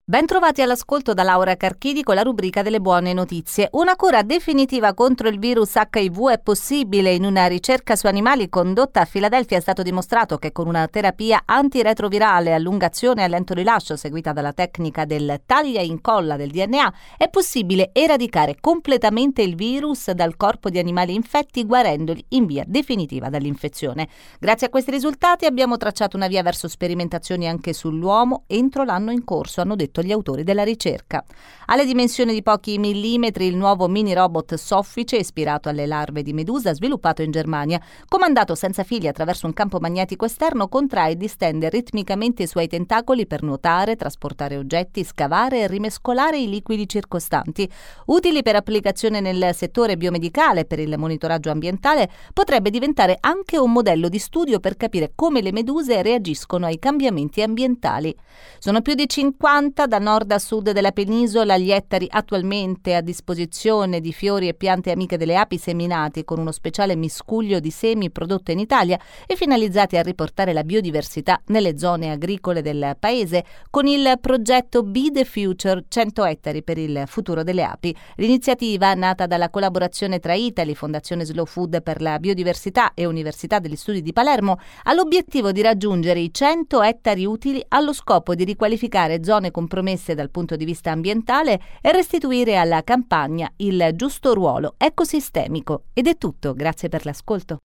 Bentrovati all'ascolto da Laura Carchidi con la rubrica delle buone notizie. Una cura definitiva contro il virus HIV è possibile. In una ricerca su animali condotta a Filadelfia è stato dimostrato che con una terapia antiretrovirale a lunga azione e a lento rilascio seguita dalla tecnica del taglia e incolla del DNA è possibile eradicare completamente il virus dal corpo di animali infetti guarendoli in via definitiva dall'infezione. Grazie a questi risultati abbiamo tracciato una via verso sperimentazioni anche sull'uomo entro l'anno in corso, hanno detto gli autori della ricerca. Alle dimensioni di pochi millimetri, il nuovo mini robot soffice, ispirato alle larve di medusa, sviluppato in Germania, comandato senza fili attraverso un campo magnetico esterno, contrae e distende ritmicamente i suoi tentacoli per nuotare, trasportare oggetti, scavare e rimescolare i liquidi circostanti. Utili per applicazione nel settore biomedicale e per il monitoraggio ambientale, potrebbe diventare anche un modello di studio per capire come le meduse reagiscono ai cambiamenti ambientali. Sono più di 50 da nord a sud della penisola gli ettari attualmente a disposizione di fiori e piante amiche delle api seminati con uno speciale miscuglio di semi prodotto in Italia e finalizzati a riportare la biodiversità nelle zone agricole del paese con il progetto Be the Future 100 ettari per il futuro delle api. L'iniziativa, nata dalla collaborazione tra Italy, Fondazione Slow Food per la biodiversità e Università degli Studi di Palermo, ha l'obiettivo di raggiungere i 100 ettari utili allo scopo di riqualificare zone compromesse dal punto di vista ambientale e restituire alla campagna il giusto ruolo ecosistemico. Ed è tutto, grazie per l'ascolto.